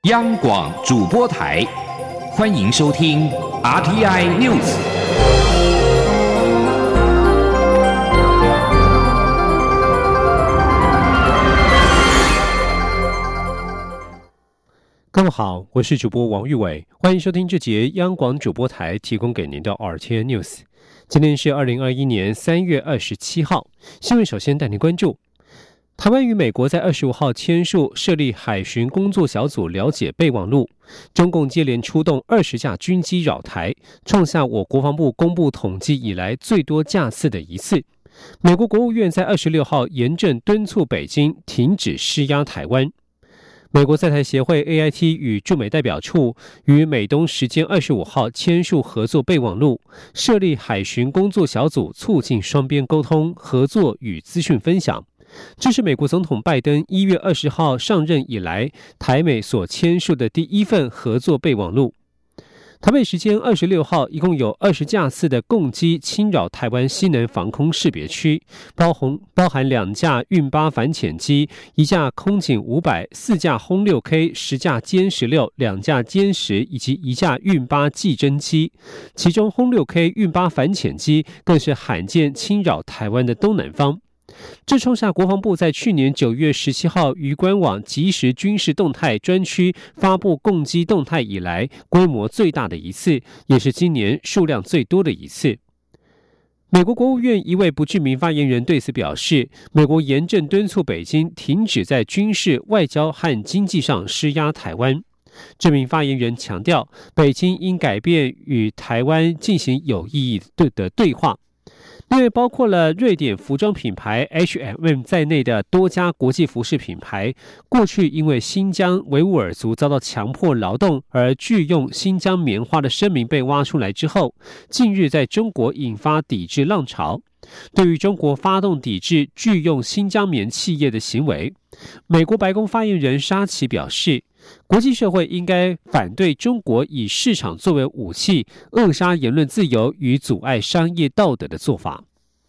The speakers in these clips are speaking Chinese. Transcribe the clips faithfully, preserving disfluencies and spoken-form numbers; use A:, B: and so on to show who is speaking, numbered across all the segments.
A: 央广主播台，欢迎收听 R T I News。
B: 各位好，我是主播王玉伟，欢迎收听这节央广主播台提供给您的 R T I News。今天是二零二一年三月二十七号，新闻首先带您关注。台湾与美国在二十五号签署设立海巡工作小组了解备忘录，中共接连出动二十架军机扰台，创下我国防部公布统计以来最多架次的一次。美国国务院在二十六号严正敦促北京停止施压台湾。美国在台协会 A I T 与驻美代表处于美东时间二十五号签署合作备忘录，设立海巡工作小组，促进双边沟通、合作与资讯分享。这是美国总统拜登一月二十号上任以来，台美所签署的第一份合作备忘录。台北时间二十六号，一共有二十架次的共机侵扰台湾西南防空识别区，包含包含两架运八反潜机、一架空警五百、四架轰六 K、十架歼十六、两架歼十以及一架运八技侦机。其中轰六 K 运八反潜机更是罕见侵扰台湾的东南方。这创下国防部在去年九月十七号于官网即时军事动态专区发布共机动态以来规模最大的一次，也是今年数量最多的一次。美国国务院一位不具名发言人对此表示，美国严正敦促北京停止在军事、外交和经济上施压台湾。这名发言人强调，北京应改变与台湾进行有意义的对话。另外，包括了瑞典服装品牌 H and M 在内的多家国际服饰品牌，过去因为新疆维吾尔族遭到强迫劳动而拒用新疆棉花的声明被挖出来之后，近日在中国引发抵制浪潮。对于中国发动抵制拒用新疆棉企业的行为，美国白宫发言人沙奇表示，国际社会应该反对中国以市场作为武器，扼杀言论自由与阻碍商业道德的做法。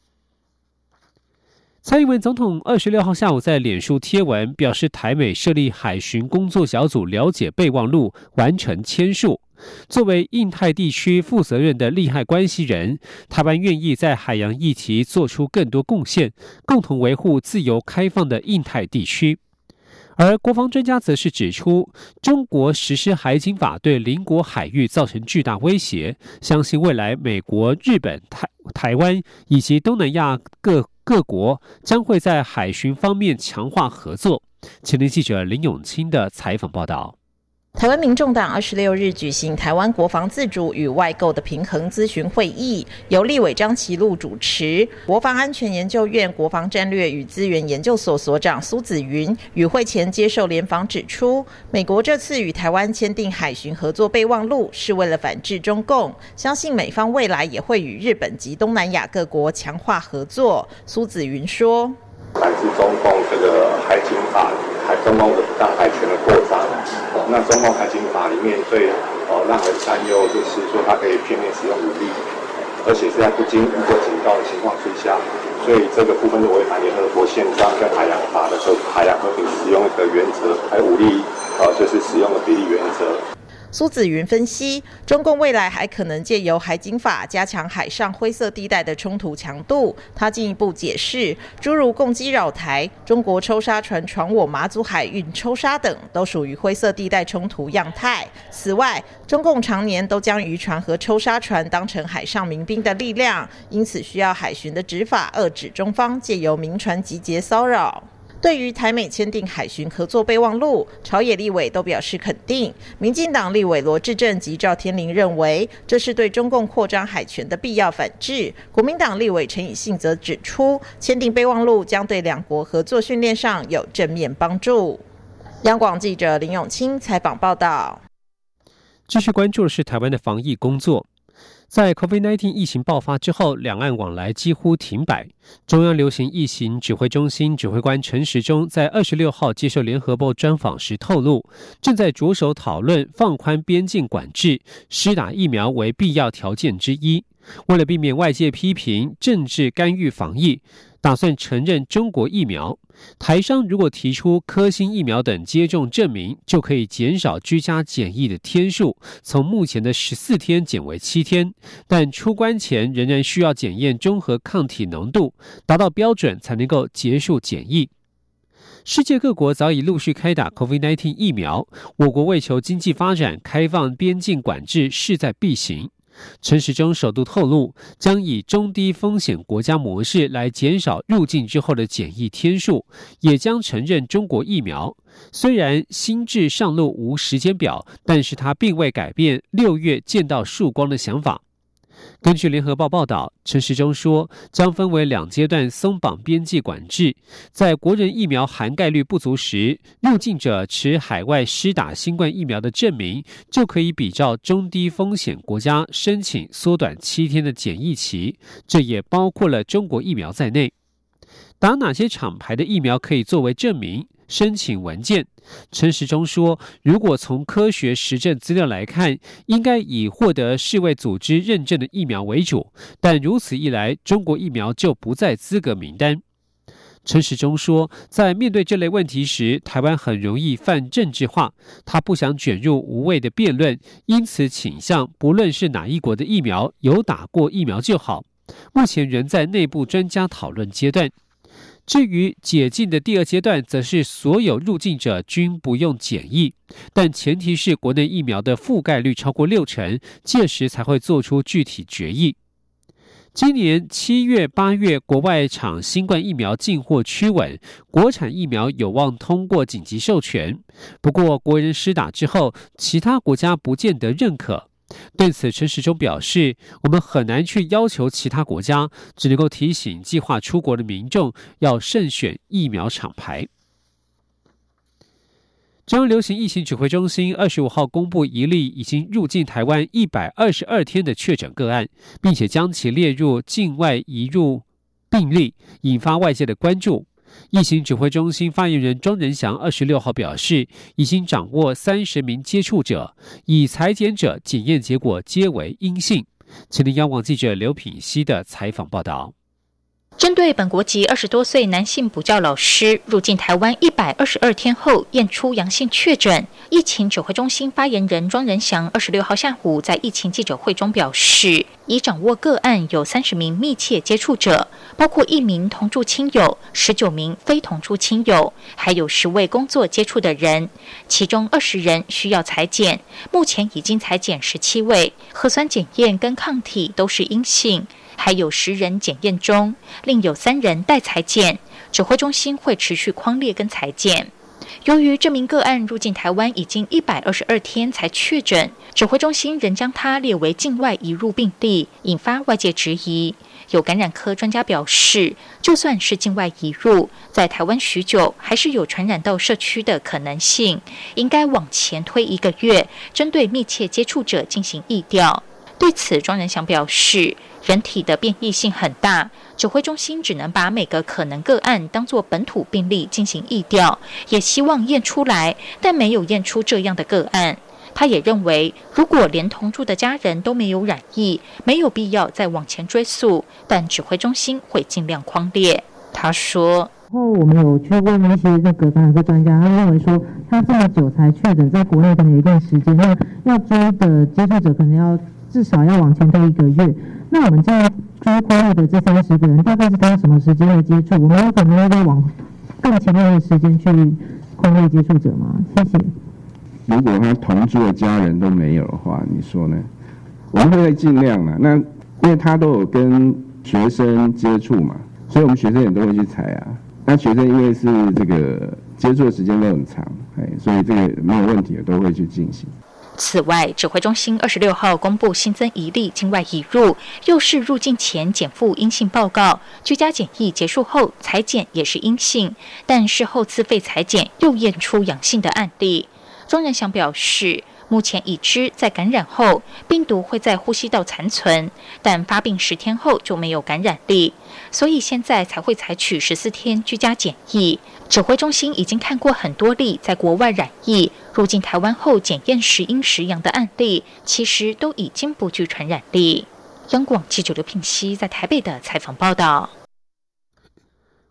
B: 蔡英文总统二十六号下午在脸书贴文表示，台美设立海巡工作小组了解备忘录完成签署。作为印太地区负责任的利害关系人，台湾愿意在海洋议题做出更多贡献，共同维护自由开放的印太地区。而国防专家则是指出，中国实施海警法对邻国海域造成巨大威胁，相信未来美国、日本、台台湾以及东南亚各各国将会在海巡方面强化合作。前天记者林永清的采访报道。
C: 台湾民众党二十六日举行台湾国防自主与外购的平衡咨询会议，由立委张其禄主持。国防安全研究院国防战略与资源研究所所长苏子云与会前接受联访指出，美国这次与台湾签订海巡合作备忘录是为了反制中共，相信美方未来也会与日本及东南亚各国强化合作。苏子云说，
D: 反制中共这个海警法，海中共的大海权的扩张。那中共海警法里面最呃让人担忧就是说，它可以片面使用武力，而且是在不经预过警告的情况之下，所以这个部分就违反联合国宪章跟海洋法的和海洋和平使用的原则，还有武力呃就是使用的比例原则。
C: 苏子云分析，中共未来还可能借由海警法加强海上灰色地带的冲突强度。他进一步解释，诸如共机扰台、中国抽沙船闯我马祖海运抽沙等，都属于灰色地带冲突样态。此外，中共常年都将渔船和抽沙船当成海上民兵的力量，因此需要海巡的执法遏止中方借由民船集结骚扰。对于台美签订海巡合作备忘录，朝野立委都表示肯定。民进党立委罗致政及赵天麟认为，这是对中共扩张海权的必要反制。国民党立委陈以信则指出，签订备忘录将对两国合作训练上有正面帮助。央广记者林永清采访报道。
B: 继续关注的是台湾的防疫工作。在 COVID 十九 疫情爆发之后，两岸往来几乎停摆。中央流行疫情指挥中心指挥官陈时中在二十六号接受联合报专访时透露，正在着手讨论放宽边境管制，施打疫苗为必要条件之一。为了避免外界批评政治干预防疫， 打算承认中国疫苗。台商如果提出科兴疫苗等接种证明，就可以减少居家检疫的天数，从目前的十四天减为七天，但出关前仍然需要检验中和抗体浓度，达到标准才能够结束检疫。世界各国早已陆续开打 COVID 十九 疫苗，我国为求经济发展，开放边境管制势在必行。陈时中首度透露，将以中低风险国家模式来减少入境之后的检疫天数，也将承认中国疫苗。虽然新制上路无时间表，但是他并未改变六月见到曙光的想法。根据联合报报道，陈时中说，将分为两阶段松绑边际管制，在国人疫苗涵盖率不足时，入境者持海外施打新冠疫苗的证明，就可以比照中低风险国家申请缩短七天的检疫期，这也包括了中国疫苗在内。打哪些厂牌的疫苗可以作为证明？申请文件，陈时中说，如果从科学实证资料来看，应该以获得世卫组织认证的疫苗为主，但如此一来，中国疫苗就不在资格名单。陈时中说，在面对这类问题时，台湾很容易泛政治化，他不想卷入无谓的辩论，因此倾向不论是哪一国的疫苗，有打过疫苗就好。目前仍在内部专家讨论阶段。至于解禁的第二阶段，则是所有入境者均不用检疫，但前提是国内疫苗的覆盖率超过六成，届时才会做出具体决议。今年七月、八月，国外厂新冠疫苗进货趋稳，国产疫苗有望通过紧急授权。不过，国人施打之后，其他国家不见得认可。对此，陈时中表示，我们很难去要求其他国家，只能够提醒计划出国的民众要慎选疫苗厂牌。中央流行疫情指挥中心二十五号公布一例已经入境台湾一百二十二天的确诊个案，并且将其列入境外移入病例，引发外界的关注。疫情指挥中心发言人庄仁祥二十六号表示，已经掌握三十名接触者，已采检者检验结果皆为阴性。前天央广记者刘品希的采访报道。
E: 针对本国籍二十多岁男性补教老师入境台湾一百二十二天后验出阳性确诊，疫情指挥中心发言人庄仁祥二十六号下午在疫情记者会中表示，已掌握个案有三十名密切接触者，包括一名同住亲友、十九名非同住亲友，还有十位工作接触的人，其中二十人需要采检，目前已经采检十七位，核酸检验跟抗体都是阴性。还有十人检验中，另有三人待采检，指挥中心会持续匡列跟采检。由于这名个案入境台湾已经一百二十二天才确诊，指挥中心仍将他列为境外移入病例，引发外界质疑。有感染科专家表示，就算是境外移入，在台湾许久，还是有传染到社区的可能性，应该往前推一个月，针对密切接触者进行疫调。对此，庄仁祥表示，人体的变异性很大，指挥中心只能把每个可能个案当作本土病例进行疫调，也希望验出来，但没有验出这样的个案。他也认为，如果连同住的家人都没有染疫，没有必要再往前追溯，但指挥中心会尽量匡列。他说，
F: 然后我们有去问一些那个感染科专家，他认为说他这么久才确诊，在国内可能有一段时间，那要追的接触者可能要至少要往前推一个月。那我们这样追匡列的这三十个人，大概是他什么时间的接触？我们有可能要再往更前面的时间去匡列接触者吗？谢谢。
G: 如果他同住的家人都没有的话，你说呢？我们会尽量啦。那因为他都有跟学生接触嘛，所以我们学生也都会去采啊。那学生因为是这个接触的时间都很长，哎，所以这个没有问题的都会去进行。
E: 此外，指挥中心二十六号公布新增一例境外移入，又是入境前检附阴性报告，居家检疫结束后采检也是阴性，但事后自费采检又验出阳性的案例。庄仁祥表示，目前已知在感染后病毒会在呼吸道残存，但发病十天后就没有感染力，所以现在才会采取十四天居家检疫。指挥中心已经看过很多例在国外染疫入境台湾后检验时阴时阳的案例，其实都已经不具传染力。央广记者刘品希在台北的采访报道。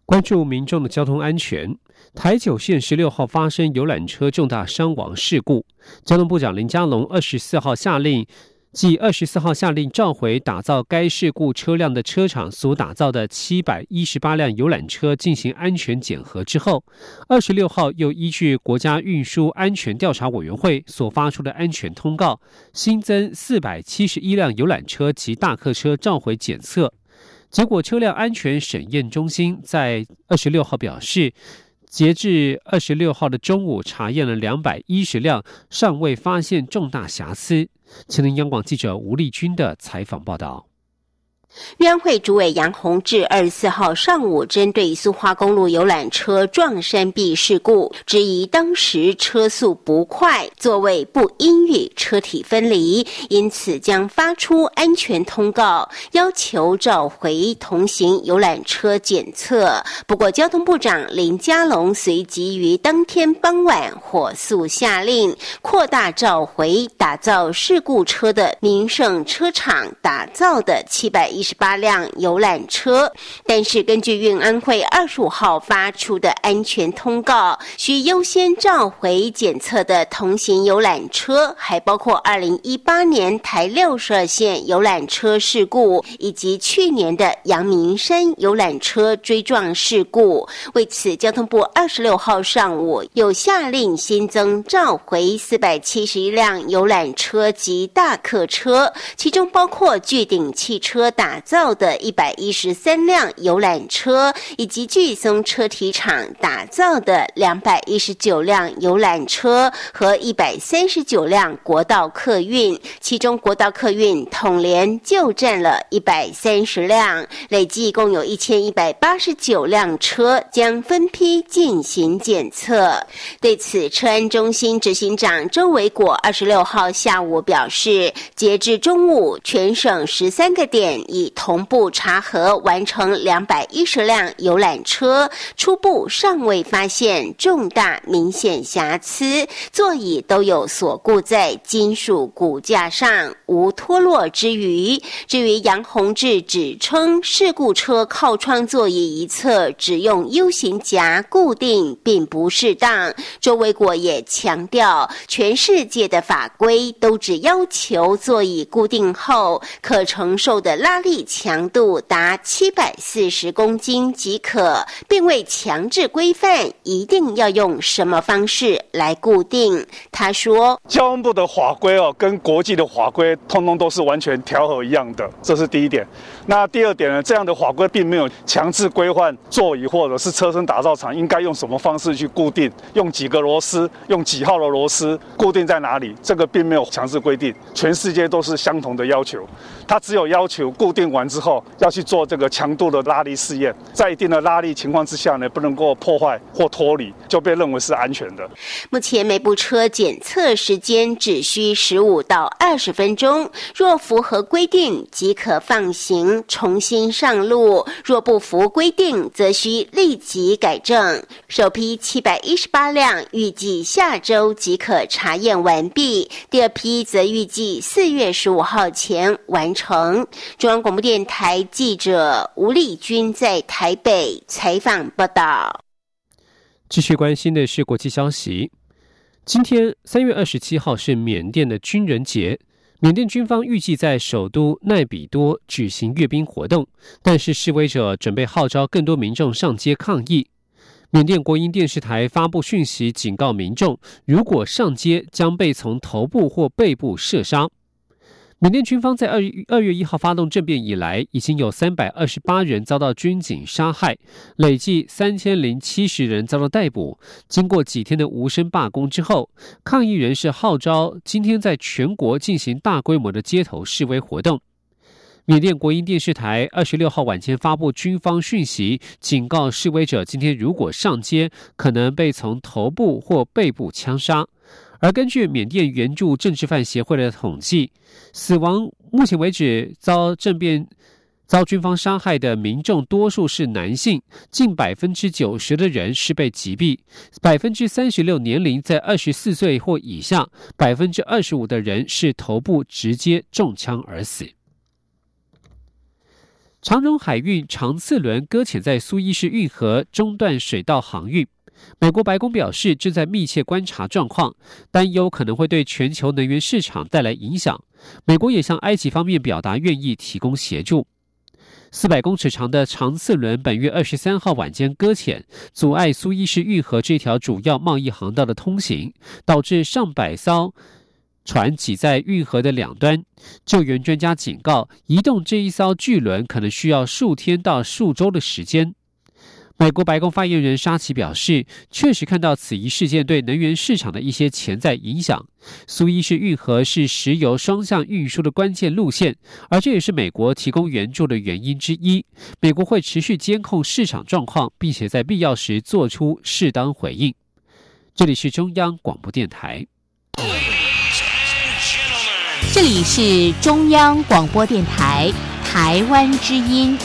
B: 关注民众的交通安全，台九线十六号发生游览车重大伤亡事故，交通部长林佳龙二十四号下令，继二十四号下令召回打造该事故车辆的车厂所打造的七百一十八辆游览车进行安全检核之后，二十六号又依据国家运输安全调查委员会所发出的安全通告，新增四百七十一辆游览车及大客车召回检测。结果，车辆安全审验中心在二十六号表示，截至二十六号的中午，查验了两百一十辆，尚未发现重大瑕疵。前天央广记者吴丽君的采访报道。
H: 运安会主委杨宏志二十四号上午针对苏花公路游览车撞山壁事故，质疑当时车速不快，座位不应与车体分离，因此将发出安全通告，要求召回同行游览车检测。不过，交通部长林佳龙随即于当天傍晚火速下令，扩大召回打造事故车的民盛车厂打造的七百一十八辆游览车，但是根据运安会二十五号发出的安全通告，需优先召回检测的同行游览车，还包括二零一八年台六十二线游览车事故，以及去年的阳明山游览车追撞事故。为此，交通部二十六号上午又下令新增召回四百七十一辆游览车及大客车，其中包括巨鼎汽车打造的一百一十三辆游览车，以及巨松车体厂打造的两百一十九辆游览车和一百三十九辆国道客运，其中国道客运统联就占了一百三十辆，累计共有一千一百八十九辆车将分批进行检测。对此，车安中心执行长周维果二十六号下午表示，截至中午，全省十三个点已同步查核完成两百一十辆游览车，初步尚未发现重大明显瑕疵，座椅都有锁固在金属骨架上，无脱落之虞。至于杨宏志指称事故车靠窗座椅一侧只用 U 型夹固定并不适当，周维果也强调，全世界的法规都只要求座椅固定后可承受的拉力强度达七百四十公斤即可，并未强制规范一定要用什么方式来固定。他说，
I: 交通部的法规哦，跟国际的法规通通都是完全调和一样的，这是第一点。那第二点呢，这样的法规并没有强制规范座椅或者是车身打造厂应该用什么方式去固定，用几个螺丝，用几号的螺丝固定在哪里，这个并没有强制规定，全世界都是相同的要求。它只有要求固定完之后要去做这个强度的拉力试验，在一定的拉力情况之下呢，不能够破坏或脱离，就被认为是安全的。
H: 目前每部车检测时间只需十五到二十分钟，若符合规定即可放行重新上路，若不符规定则需立即改正。首批七百一十八辆预计下周即可查验完毕，第二批则预计四月十五号前完成。中央广播电台记者吴丽君在台北采访报道。
B: 继续关心的是国际消息。今天三月二十七号是缅甸的军人节，缅甸军方预计在首都奈比多举行阅兵活动，但是示威者准备号召更多民众上街抗议。缅甸国营电视台发布讯息警告民众，如果上街将被从头部或背部射杀。缅甸军方在二月一号发动政变以来，已经有三百二十八人遭到军警杀害，累计三千零七十人遭到逮捕。经过几天的无声罢工之后，抗议人士号召今天在全国进行大规模的街头示威活动。缅甸国营电视台二十六号晚间发布军方讯息，警告示威者今天如果上街，可能被从头部或背部枪杀。而根据缅甸援助政治犯协会的统计，死亡目前为止遭政变遭军方杀害的民众多数是男性，近百分之九十的人是被击毙，百分之三十六年龄在二十四岁或以下，百分之二十五的人是头部直接中枪而死。 长荣海运长次轮搁浅在苏伊士运河，中断水道航运。美国白宫表示正在密切观察状况，担忧可能会对全球能源市场带来影响。美国也向埃及方面表达愿意提供协助。四百公尺长的长次轮本月二十三号晚间搁浅，阻碍苏伊士运河这条主要贸易航道的通行，导致上百艘船挤在运河的两端。救援专家警告，移动这一艘巨轮可能需要数天到数周的时间。美国白宫发言人沙奇表示，确实看到此一事件对能源市场的一些潜在影响。苏伊士运河是石油双向运输的关键路线，而这也是美国提供援助的原因之一。美国会持续监控市场状况，并且在必要时做出适当回应。这里是中央广播电台。
H: 这里是中央广播电台台湾之音。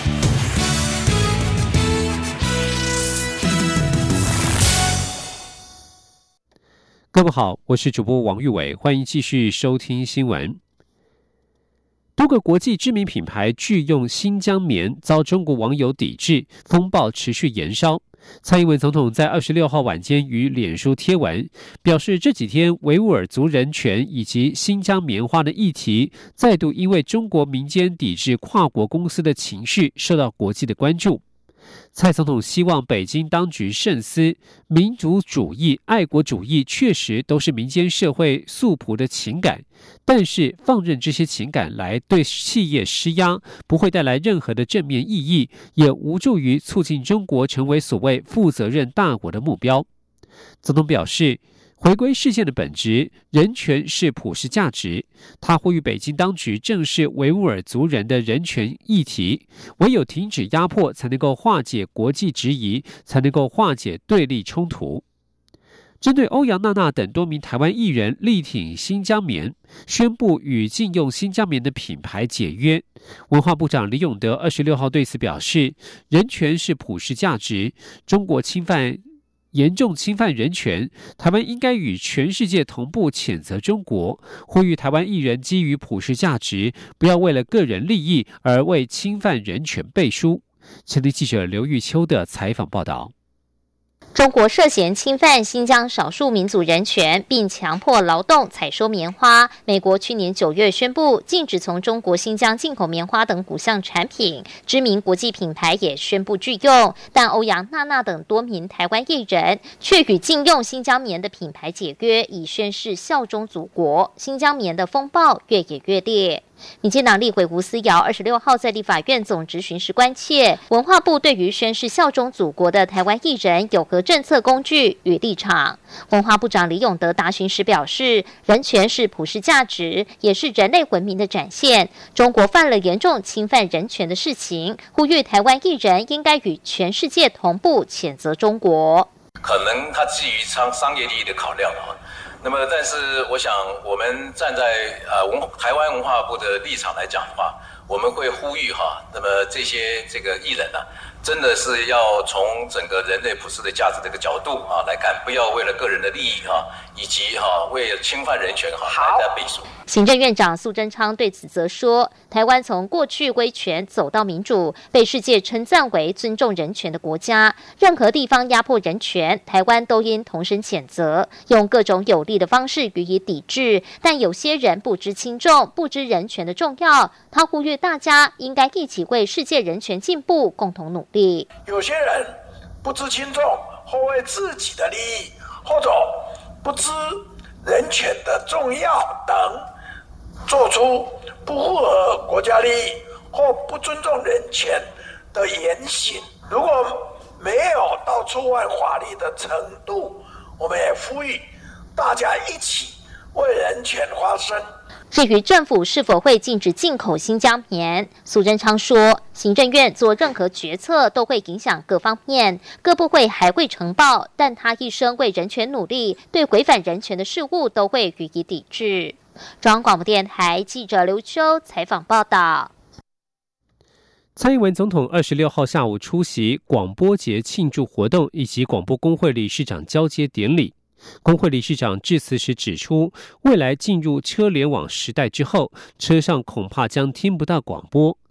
B: 各位好，我是主播王玉伟，欢迎继续收听新闻。多个国际知名品牌拒用新疆棉遭中国网友抵制，风暴持续延烧。蔡英文总统在二十六号晚间于脸书贴文表示，这几天维吾尔族人权以及新疆棉花的议题再度因为中国民间抵制跨国公司的情绪受到国际的关注。蔡总统希望北京当局慎思，民族主义、爱国主义确实都是民间社会素朴的情感，但是放任这些情感来对企业施压，不会带来任何的正面意义，也无助于促进中国成为所谓负责任大国的目标。总统表示，回归事件的本质，人权是普世价值。他呼吁北京当局正视维吾尔族人的人权议题，唯有停止压迫，才能够化解国际质疑，才能够化解对立冲突。针对欧阳娜娜等多名台湾艺人力挺新疆棉，宣布与禁用新疆棉的品牌解约，文化部长李永得二十六号对此表示，人权是普世价值，中国侵犯严重侵犯人权，台湾应该与全世界同步谴责中国，呼吁台湾艺人基于普世价值，不要为了个人利益而为侵犯人权背书。前天记者刘玉秋的采访报道。
E: 中国涉嫌侵犯新疆少数民族人权，并强迫劳动采收棉花。美国去年九月宣布禁止从中国新疆进口棉花等五项产品，知名国际品牌也宣布拒用。但欧阳娜娜等多名台湾艺人却与禁用新疆棉的品牌解约，以宣示效忠祖国。新疆棉的风暴越演越烈。民进党立委吴思瑶二十六号在立法院总质询时关切，文化部对于宣誓效忠祖国的台湾艺人有何政策工具与立场？文化部长李永得答询时表示，人权是普世价值，也是人类文明的展现。中国犯了严重侵犯人权的事情，呼吁台湾艺人应该与全世界同步谴责中国。
J: 可能他基于商商业利益的考量啊。那么，但是我想，我们站在呃文台湾文化部的立场来讲的话，我们会呼吁哈，那么这些这个艺人呢、啊，真的是要从整个人类普世的价值这个角度啊来看，不要为了个人的利益哈、啊，以及哈、啊、为了侵犯人权哈来在背书。
E: 行政院长苏贞昌对此则说，台湾从过去威权走到民主，被世界称赞为尊重人权的国家。任何地方压迫人权，台湾都应同声谴责，用各种有力的方式予以抵制。但有些人不知轻重，不知人权的重要。他呼吁大家应该一起为世界人权进步共同努力。
K: 有些人不知轻重，或为自己的利益，或者不知人权的重要等，做出不符合国家利益或不尊重人权的言行。如果没有到触犯法律的程度，我们也呼吁大家一起为人权发声。
E: 至于政府是否会禁止进口新疆棉，苏贞昌说，行政院做任何决策都会影响各方面，各部会还会呈报，但他一生为人权努力，对违反人权的事物都会予以抵制。中央广播电台记者刘秋采访报道。
B: 蔡英文总统二十六号下午出席广播节庆祝活动以及广播工会理事长交接典礼。工会理事长致辞时指出，未来进入车联网时代之后，车上恐怕将听不到广播。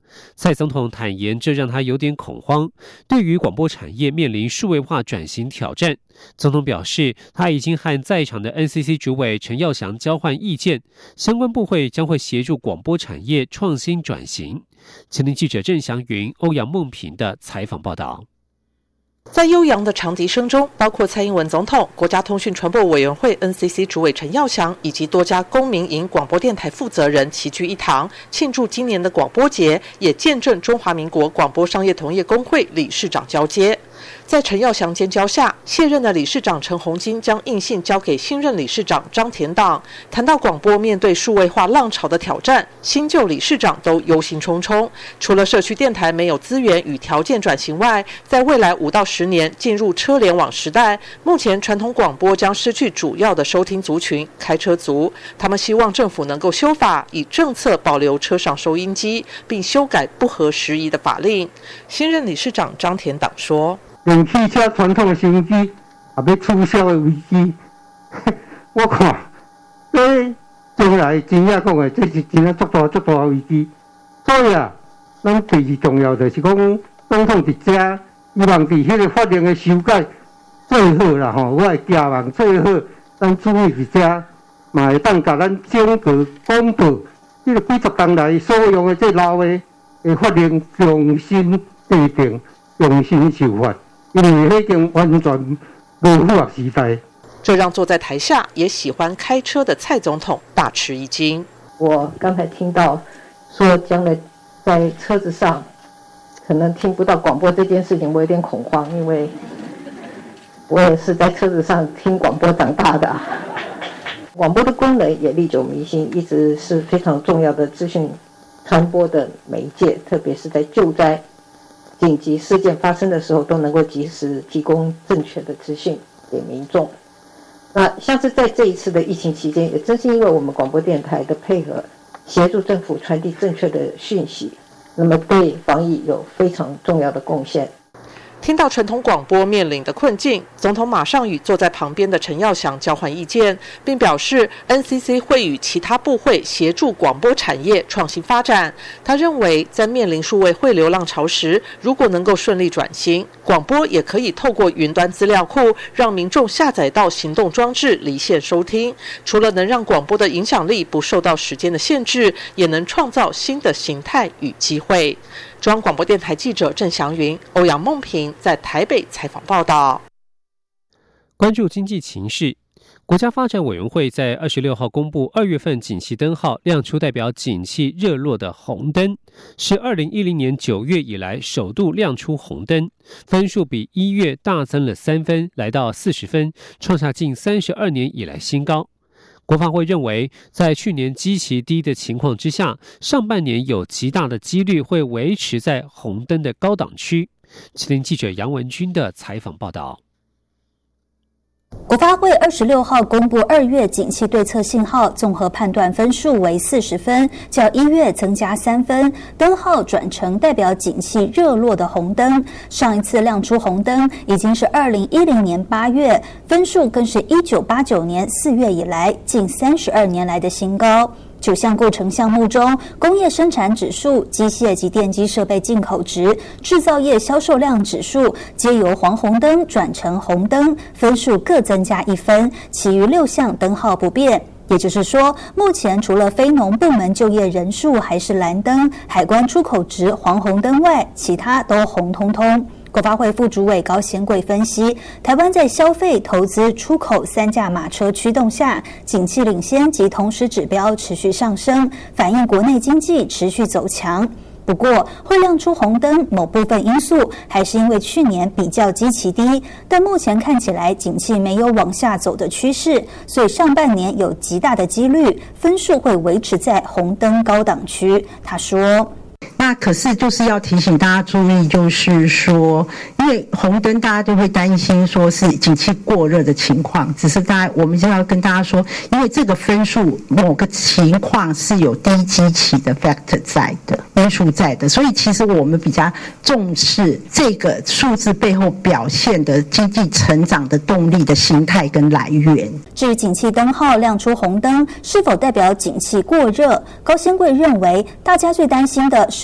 B: 蔡总统坦言，这让他有点恐慌。对于广播产业面临数位化转型挑战，总统表示，他已经和在场的 N C C 主委陈耀祥交换意见，相关部会将会协助广播产业创新转型。前天记者郑祥云、欧阳梦平的采访报道。
L: 在悠扬的长笛声中，包括蔡英文总统、国家通讯传播委员会 N C C 主委陈耀祥以及多家公民营广播电台负责人齐聚一堂，庆祝今年的广播节，也见证中华民国广播商业同业工会理事长交接。在陈耀祥监教下，卸任的理事长陈鸿金将印信交给新任理事长张田党。谈到广播面对数位化浪潮的挑战，新旧理事长都忧心忡忡。除了社区电台没有资源与条件转型外，在未来五到十年进入车联网时代，目前传统广播将失去主要的收听族群——开车族。他们希望政府能够修法，以政策保留车上收音机，并修改不合时宜的法令。新任理事长张田党说：
M: 用汽车传统的收音机也要取消的危机，我看，这将来真正讲的，这是真正足大足大的危机。所以啊，咱第二重要就是讲，总统伫遮，希望伫迄个法令的修改最好啦吼，我会期望最好，咱主委伫遮嘛会当甲咱整个公布，这个几十年来所用的这老的的法令重新制定、重新修法。因为已经完全无符合时代，
L: 这让坐在台下也喜欢开车的蔡总统大吃一惊。
N: 我刚才听到说，将来在车子上可能听不到广播这件事情，我有点恐慌，因为我也是在车子上听广播长大的。广播的功能也历久弥新，一直是非常重要的资讯传播的媒介，特别是在救灾紧急事件发生的时候，都能够及时提供正确的资讯给民众。那像是在这一次的疫情期间，也正是因为我们广播电台的配合，协助政府传递正确的讯息，那么对防疫有非常重要的贡献。
L: 听到传统广播面临的困境，总统马上与坐在旁边的陈耀祥交换意见，并表示 N C C 会与其他部会协助广播产业创新发展。他认为，在面临数位汇流浪潮时，如果能够顺利转型，广播也可以透过云端资料库，让民众下载到行动装置离线收听。除了能让广播的影响力不受到时间的限制，也能创造新的形态与机会。中央广播电台记者郑祥云、欧阳梦平在台北采访报道。
B: 关注经济情势，国家发展委员会在二十六号公布二月份景气灯号亮出代表景气热络的红灯，是二零一零年九月以来首度亮出红灯，分数比一月大增了三分，来到四十分，创下近三十二年以来新高。国发会认为，在去年基期低的情况之下，上半年有极大的几率会维持在红灯的高档区。前天记者杨文君的采访报道。
O: 国发会二十六号公布二月景气对策信号综合判断分数为四十分，较一月增加三分，灯号转成代表景气热络的红灯。上一次亮出红灯已经是二零一零年八月，分数更是一九八九年四月以来近三十二年来的新高。九项构成项目中，工业生产指数、机械及电机设备进口值、制造业销售量指数皆由黄红灯转成红灯，分数各增加一分，其余六项灯号不变。也就是说，目前除了非农部门就业人数还是蓝灯，海关出口值黄红灯外，其他都红彤彤。国发会副主委高贤贵分析，台湾在消费、投资、出口三驾马车驱动下，景气领先及同时指标持续上升，反映国内经济持续走强。不过，会亮出红灯，某部分因素还是因为去年比较基期低，但目前看起来景气没有往下走的趋势，所以上半年有极大的几率分数会维持在红灯高档区。他说。
P: 那可是就是要提醒大家注意，就是说，因为红灯大家都会担心说是景气过热的情况，只是大家我们就要跟大家说，因为这个分数某个情况是有低基期的 factor 在的因素在的，所以其实我们比较重视这个数字背后表现的经济成长的动力的形态跟来源。
O: 至于景气灯号亮出红灯是否代表景气过热，高仙贵认为大家最担心的是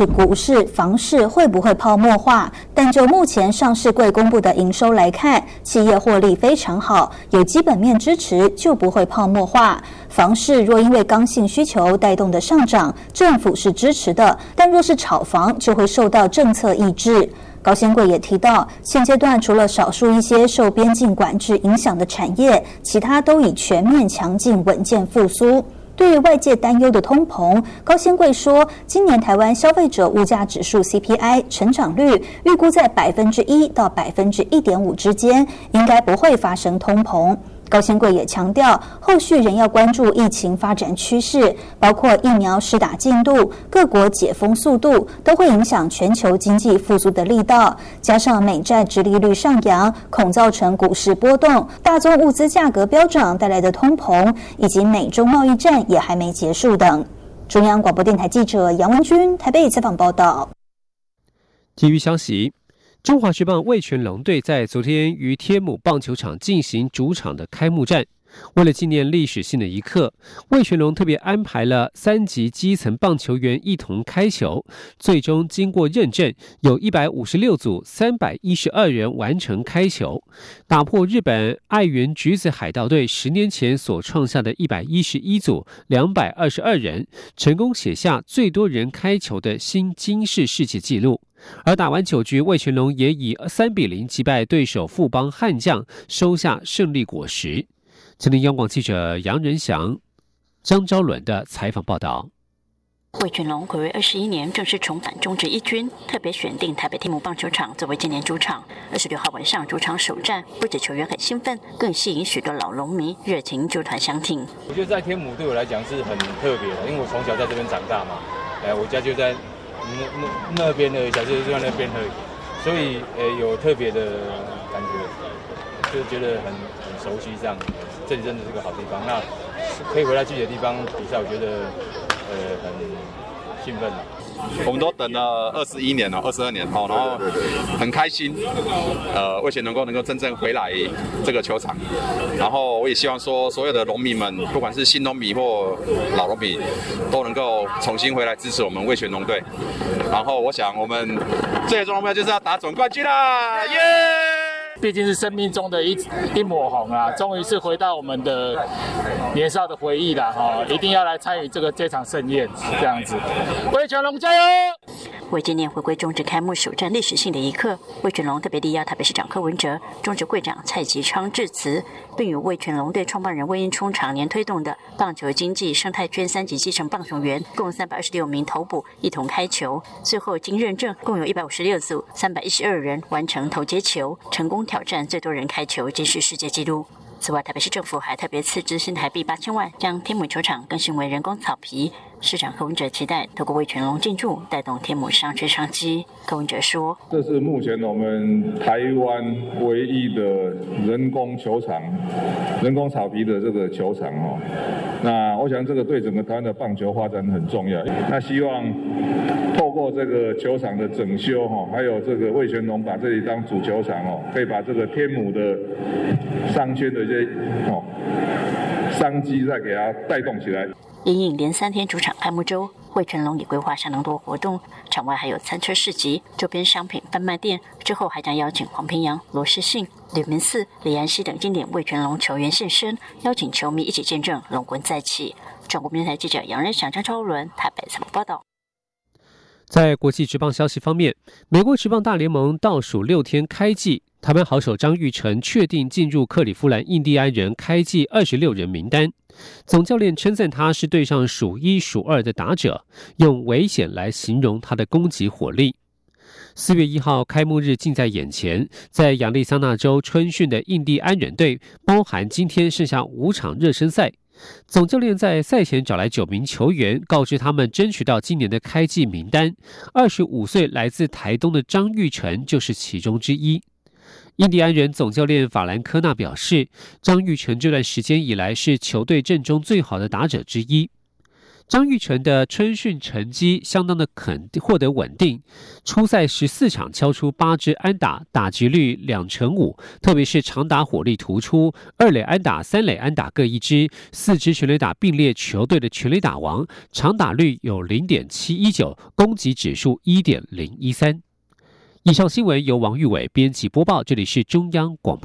O: 是股市、房市会不会泡沫化，但就目前上市柜公布的营收来看，企业获利非常好，有基本面支持就不会泡沫化。房市若因为刚性需求带动的上涨，政府是支持的，但若是炒房就会受到政策抑制。高仙贵也提到，现阶段除了少数一些受边境管制影响的产业，其他都已全面强劲稳健复苏。对于外界担忧的通膨，高仙贵说，今年台湾消费者物价指数 C P I 成长率预估在百分之一到百分之一点五之间，应该不会发生通膨。高仙贵也强调，后续仍要关注疫情发展趋势，包括疫苗施打进度、各国解封速度，都会影响全球经济复苏的力道。加上美债殖利率上扬，恐造成股市波动，大宗物资价格飙涨带来的通膨，以及美中贸易战也还没结束等。中央广播电台记者杨文君台北采访报道。
B: 体育消息。中华职棒味全龙队在昨天于天母棒球场进行主场的开幕战。为了纪念历史性的一刻，味全龙特别安排了三级基层棒球员一同开球，最终经过认证，有一百五十六组三百一十二人完成开球，打破日本爱媛橘子海盗队十年前所创下的一百一十一组两百二十二人，成功写下最多人开球的新金氏世界纪录。而打完九局，味全龙也以三比零击败对手富邦悍将，收下胜利果实。今天央广记者杨仁祥、张昭伦的采访报道。
Q: 味全龙睽违二十一年正式重返中职一军，特别选定台北天母棒球场作为今年主场。二十六号晚上主场首战，不止球员很兴奋，更吸引许多老龙迷热情纠团相挺。
R: 我觉得在天母对我来讲是很特别的，因为我从小在这边长大嘛，哎，我家就在那那那边的小学就在那边而已，所以呃有特别的感觉，就觉得很很熟悉这样。这里真的是个好地方，那可以回来自己的地方比赛，我觉得呃很兴奋。
S: 我们都等了二十一年了，二十二年哈，然后很开心，呃，味全能够能够真正回来这个球场，然后我也希望说所有的农民们，不管是新农民或老农民，都能够重新回来支持我们味全龙队。然后我想我们最终的目标就是要打总冠军啦，耶！
T: 毕竟是生命中的一一抹红啊，终于是回到我们的年少的回忆了哈，一定要来参与这个这场盛宴，这样子，味全龙加油！
Q: 为纪念回归中职开幕首战历史性的一刻，味全龙特别力邀台北市长柯文哲、中职会长蔡其昌致辞，并与味全龙队创办人魏英冲常年推动的棒球经济生态圈三级基层棒球员共三百二十六名投捕一同开球。最后经认证，共有一百五十六组三百一十二人完成投接球，成功挑战最多人开球，继续世界纪录。此外，台北市政府还特别斥资新台币八千万，将天母球场更新为人工草皮。市长柯文哲期待透过味全龙进驻，带动天母商圈商机。柯文哲说：“
U: 这是目前我们台湾唯一的人工球场、人工草皮的这个球场哦。那我想这个对整个台湾的棒球发展很重要。那希望透过这个球场的整修哈，还有这个味全龙把这里当主球场哦，可以把这个天母的商圈的一些哦商机再给它带动起来。”
Q: 因应连三天主场开幕周，味全龙也规划相当多活动，场外还有餐车市集、周边商品贩卖店，之后还将邀请黄平洋、罗世信、吕明寺、李安熙等经典味全龙球员现身，邀请球迷一起见证龙魂再起。中国电台记者杨仁祥、张超伦台北采访报道。
B: 在国际职棒消息方面，美国职棒大联盟倒数六天开季，台湾好手张育成确定进入克利夫兰印第安人开季二十六人名单。总教练称赞他是队上数一数二的打者，用危险来形容他的攻击火力。四月一号开幕日近在眼前，在亚利桑那州春训的印第安人队，包含今天剩下五场热身赛。总教练在赛前找来九名球员，告知他们争取到今年的开季名单。二十五岁来自台东的张育成就是其中之一。印第安人总教练法兰科纳表示，张育成这段时间以来是球队阵中最好的打者之一。 张育成的春训成绩相当的肯获得稳定，初赛十四场敲出八支安打，打击率两成五，特别是长打火力突出，二垒安打、三垒安打各一支，四支全垒打并列球队的全垒打王，长打率有 零点七一九，攻击指数 一点零一三。以上新闻由王玉伟编辑播报，这里是中央广播。